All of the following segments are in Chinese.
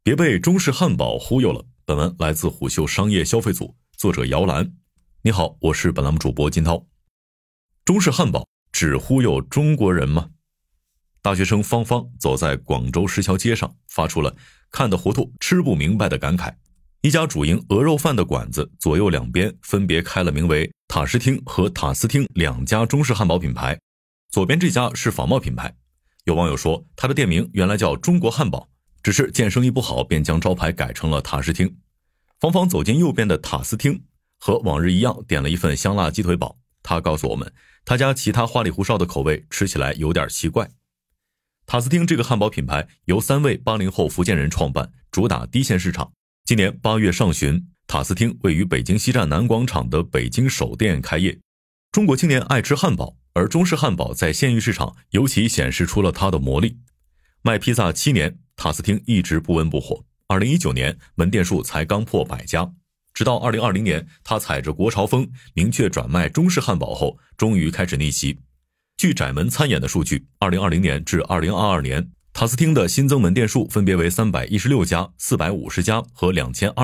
别被中式汉堡忽悠了。本文来自虎嗅商业消费组，作者姚兰。你好，我是本栏目主播金涛。中式汉堡只忽悠中国人吗？大学生芳芳走在广州石桥街上，发出了看得糊涂吃不明白的感慨。一家主营鹅肉饭的馆子左右两边分别开了名为塔什汀和塔斯汀两家中式汉堡品牌，左边这家是仿冒品牌。有网友说他的店名原来叫中国汉堡，只是见生意不好便将招牌改成了塔什汀。芳芳走进右边的塔斯汀，和往日一样点了一份香辣鸡腿堡。他告诉我们，他家其他花里胡哨的口味吃起来有点奇怪。塔斯汀这个汉堡品牌由3位80后福建人创办，主打低线市场。今年8月上旬，塔斯汀位于北京西站南广场的北京首店开业。中国青年爱吃汉堡，而中式汉堡在县域市场尤其显示出了它的魔力。卖披萨7年，塔斯汀一直不温不火。2019年门店数才刚破100家，直到2020年，他踩着国潮风明确转卖中式汉堡后，终于开始逆袭。据窄门参演的数据，2020年至2022年，塔斯汀的新增门店数分别为316家、450家和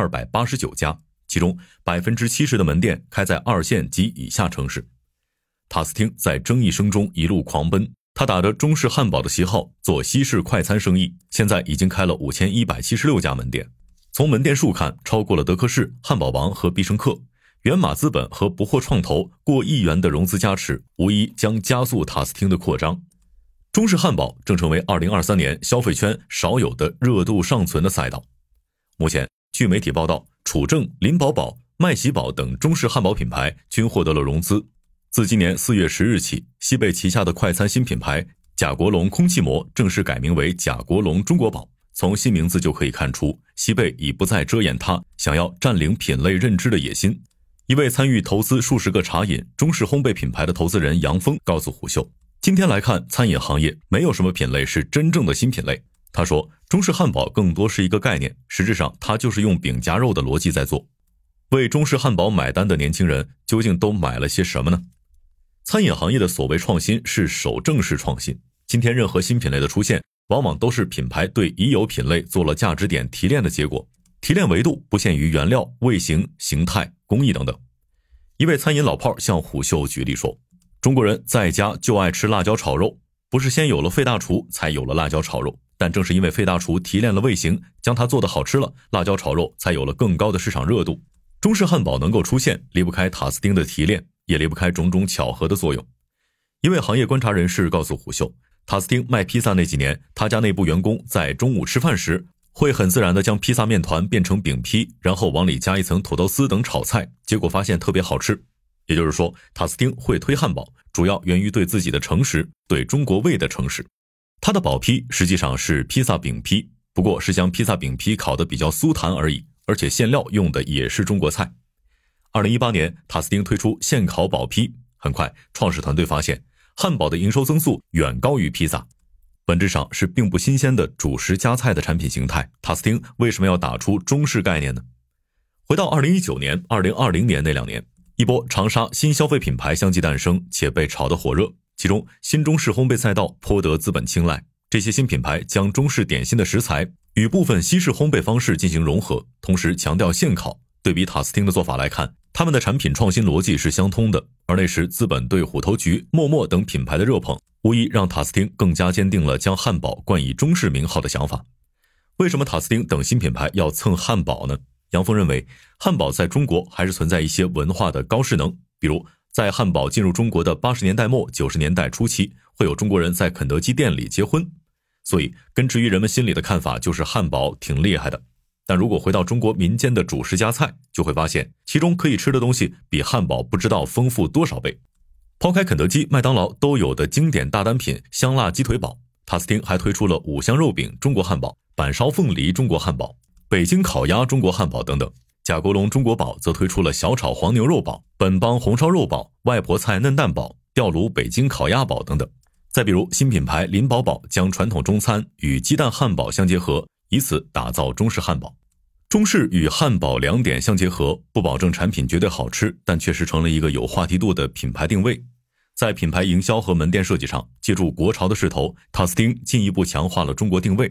2289家，其中70%的门店开在2线及以下城市。塔斯汀在争议声中一路狂奔，他打着中式汉堡的旗号做西式快餐生意，现在已经开了5176家门店。从门店数看，超过了德克士、汉堡王和必胜客。源码资本和不惑创投过亿元的融资加持，无疑将加速塔斯汀的扩张。中式汉堡正成为2023年消费圈少有的热度尚存的赛道。目前，据媒体报道，楚正、林宝宝、麦喜宝等中式汉堡品牌均获得了融资。自今年4月10日起，西贝旗下的快餐新品牌贾国龙空气馍正式改名为贾国龙中国宝。从新名字就可以看出，西贝已不再遮掩它想要占领品类认知的野心。一位参与投资数十个茶饮、中式烘焙品牌的投资人杨峰告诉虎嗅，今天来看餐饮行业没有什么品类是真正的新品类。他说，中式汉堡更多是一个概念，实质上它就是用饼夹肉的逻辑在做。为中式汉堡买单的年轻人究竟都买了些什么呢？餐饮行业的所谓创新是守正式创新。今天任何新品类的出现，往往都是品牌对已有品类做了价值点提炼的结果。提炼维度不限于原料、味型、形态、工艺等等。一位餐饮老炮向虎嗅举例说，中国人在家就爱吃辣椒炒肉，不是先有了费大厨才有了辣椒炒肉，但正是因为费大厨提炼了味型，将它做得好吃了，辣椒炒肉才有了更高的市场热度。中式汉堡能够出现，离不开塔斯汀的提炼，也离不开种种巧合的作用。一位行业观察人士告诉虎嗅，塔斯汀卖披萨那几年，他家内部员工在中午吃饭时会很自然地将披萨面团变成饼坯，然后往里加一层土豆丝等炒菜，结果发现特别好吃。也就是说，塔斯汀会推汉堡，主要源于对自己的诚实，对中国味的诚实。它的堡坯实际上是披萨饼坯，不过是将披萨饼坯烤得比较酥弹而已，而且馅料用的也是中国菜。2018年，塔斯汀推出现烤堡坯，很快创始团队发现汉堡的营收增速远高于披萨，本质上是并不新鲜的主食加菜的产品形态。塔斯汀为什么要打出中式概念呢？回到2019年、2020年那2年，一波长沙新消费品牌相继诞生，且被炒得火热，其中新中式烘焙赛道颇得资本青睐。这些新品牌将中式点心的食材与部分西式烘焙方式进行融合，同时强调现烤。对比塔斯汀的做法来看，他们的产品创新逻辑是相通的，而那时资本对虎头局、陌陌等品牌的热捧，无疑让塔斯汀更加坚定了将汉堡冠以中式名号的想法。为什么塔斯汀等新品牌要蹭汉堡呢？杨峰认为，汉堡在中国还是存在一些文化的高势能，比如在汉堡进入中国的80年代末、90年代初期，会有中国人在肯德基店里结婚，所以根植于人们心里的看法就是汉堡挺厉害的。但如果回到中国民间的主食加菜，就会发现其中可以吃的东西比汉堡不知道丰富多少倍。抛开肯德基、麦当劳都有的经典大单品香辣鸡腿堡，塔斯汀还推出了五香肉饼中国汉堡、板烧凤梨中国汉堡、北京烤鸭中国汉堡等等。贾国龙中国堡则推出了小炒黄牛肉堡、本帮红烧肉堡、外婆菜嫩蛋堡、吊炉北京烤鸭堡等等。再比如新品牌林宝宝将传统中餐与鸡蛋汉堡相结合，以此打造中式汉堡。中式与汉堡2点相结合，不保证产品绝对好吃，但确实成了一个有话题度的品牌定位。在品牌营销和门店设计上，借助国潮的势头，塔斯汀进一步强化了中国定位。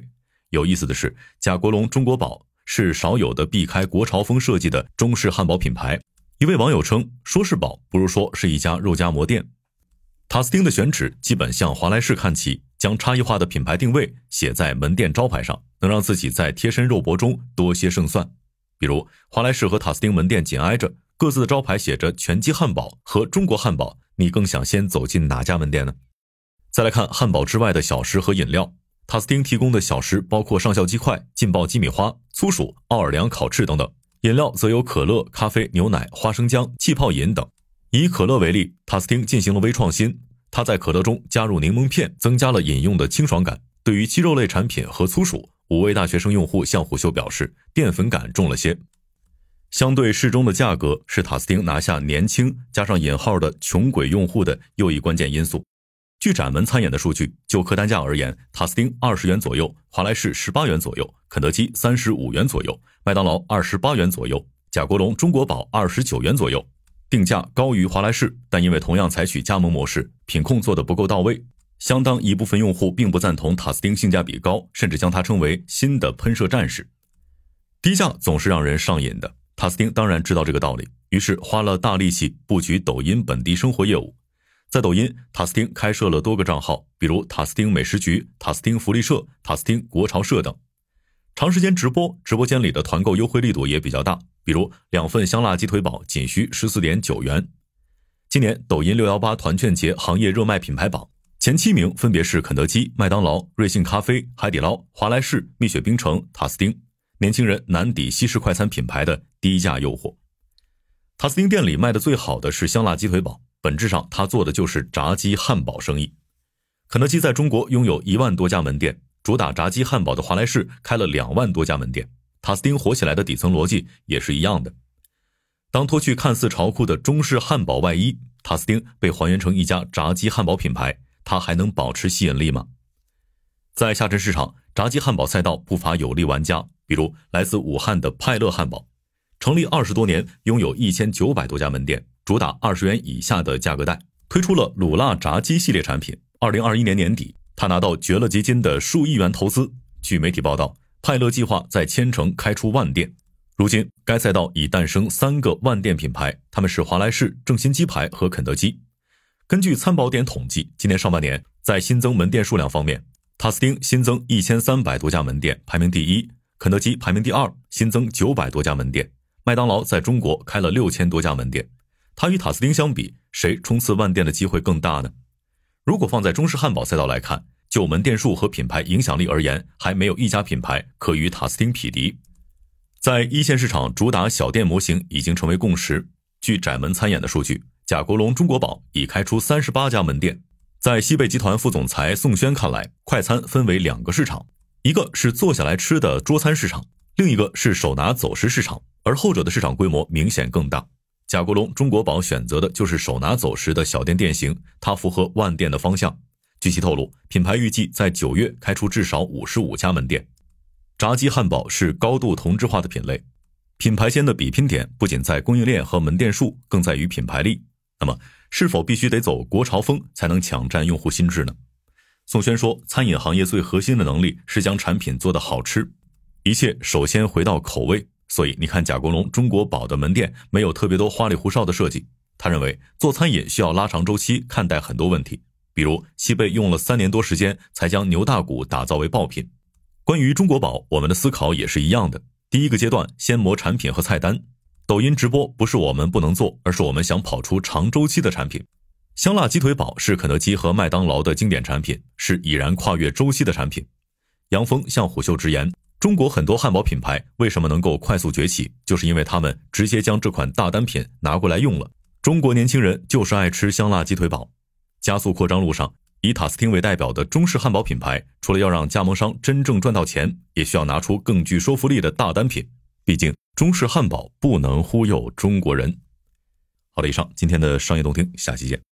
有意思的是，贾国龙中国宝是少有的避开国潮风设计的中式汉堡品牌。一位网友称，说是宝不如说是一家肉夹馍店。塔斯汀的选址基本向华莱士看齐，将差异化的品牌定位写在门店招牌上，能让自己在贴身肉搏中多些胜算。比如华莱士和塔斯汀门店紧挨着，各自的招牌写着全鸡汉堡和中国汉堡，你更想先走进哪家门店呢？再来看汉堡之外的小食和饮料，塔斯汀提供的小食包括上校鸡块、劲爆鸡米花、粗薯、奥尔良烤翅等等，饮料则有可乐、咖啡、牛奶、花生浆、气泡饮等。以可乐为例，塔斯汀进行了微创新，它在可乐中加入柠檬片，增加了饮用的清爽感。对于鸡肉类产品和粗薯，5位大学生用户向虎嗅表示，淀粉感重了些。相对适中的价格是塔斯汀拿下年轻加上引号的穷鬼用户的又一关键因素。据展门餐饮的数据，就客单价而言，塔斯汀20元左右，华莱士18元左右，肯德基35元左右，麦当劳28元左右，贾国龙中国宝29元左右。定价高于华莱士，但因为同样采取加盟模式，品控做得不够到位，相当一部分用户并不赞同塔斯汀性价比高，甚至将它称为新的喷射战士。低价总是让人上瘾的，塔斯汀当然知道这个道理，于是花了大力气布局抖音本地生活业务。在抖音，塔斯汀开设了多个账号，比如塔斯汀美食局、塔斯汀福利社、塔斯汀国潮社等。长时间直播，直播间里的团购优惠力度也比较大，比如2份香辣鸡腿堡仅需 14.9 元。今年抖音618团券节行业热卖品牌榜前7名分别是肯德基、麦当劳、瑞幸咖啡、海底捞、华莱士、蜜雪冰城、塔斯汀，年轻人难抵西式快餐品牌的低价诱惑。塔斯汀店里卖的最好的是香辣鸡腿堡，本质上他做的就是炸鸡汉堡生意。肯德基在中国拥有1万多家门店，主打炸鸡汉堡的华莱士开了2万多家门店，塔斯汀火起来的底层逻辑也是一样的。当脱去看似潮酷的中式汉堡外衣，塔斯汀被还原成一家炸鸡汉堡品牌，它还能保持吸引力吗？在下沉市场，炸鸡汉堡赛道不乏有力玩家，比如来自武汉的派乐汉堡，成立20多年，拥有1900多家门店，主打20元以下的价格带，推出了卤辣炸鸡系列产品。2021年年底，他拿到绝乐基金的数亿元投资。据媒体报道，派乐计划在千城开出万店。如今该赛道已诞生3个万店品牌，他们是华莱士、正新鸡排和肯德基。根据参保点统计，今年上半年在新增门店数量方面，塔斯汀新增1300多家门店，排名第1，肯德基排名第2，新增900多家门店，麦当劳在中国开了6000多家门店。它与塔斯汀相比，谁冲刺万店的机会更大呢？如果放在中式汉堡赛道来看，就门店数和品牌影响力而言，还没有一家品牌可与塔斯汀匹敌。在一线市场主打小店模型已经成为共识。据窄门餐饮的数据，贾国龙中国宝已开出38家门店。在西贝集团副总裁宋轩看来，快餐分为2个市场，一个是坐下来吃的桌餐市场，另一个是手拿走食市场，而后者的市场规模明显更大。贾国龙中国宝选择的就是手拿走食的小店店型，它符合万店的方向。据其透露，品牌预计在9月开出至少55家门店。炸鸡汉堡是高度同质化的品类，品牌间的比拼点不仅在供应链和门店数，更在于品牌力。那么是否必须得走国潮风才能抢占用户心智呢？宋轩说，餐饮行业最核心的能力是将产品做得好吃，一切首先回到口味。所以你看贾国龙中国宝的门店没有特别多花里胡哨的设计，他认为做餐饮需要拉长周期看待很多问题，比如西贝用了3年多时间才将牛大骨打造为爆品。关于中国宝，我们的思考也是一样的，第一个阶段先磨产品和菜单。抖音直播不是我们不能做，而是我们想跑出长周期的产品。香辣鸡腿堡是肯德基和麦当劳的经典产品，是已然跨越周期的产品。杨峰向虎嗅直言，中国很多汉堡品牌为什么能够快速崛起，就是因为他们直接将这款大单品拿过来用了。中国年轻人就是爱吃香辣鸡腿堡。加速扩张路上，以塔斯汀为代表的中式汉堡品牌，除了要让加盟商真正赚到钱，也需要拿出更具说服力的大单品。毕竟中式汉堡不能忽悠中国人。好的，以上今天的商业动听，下期见。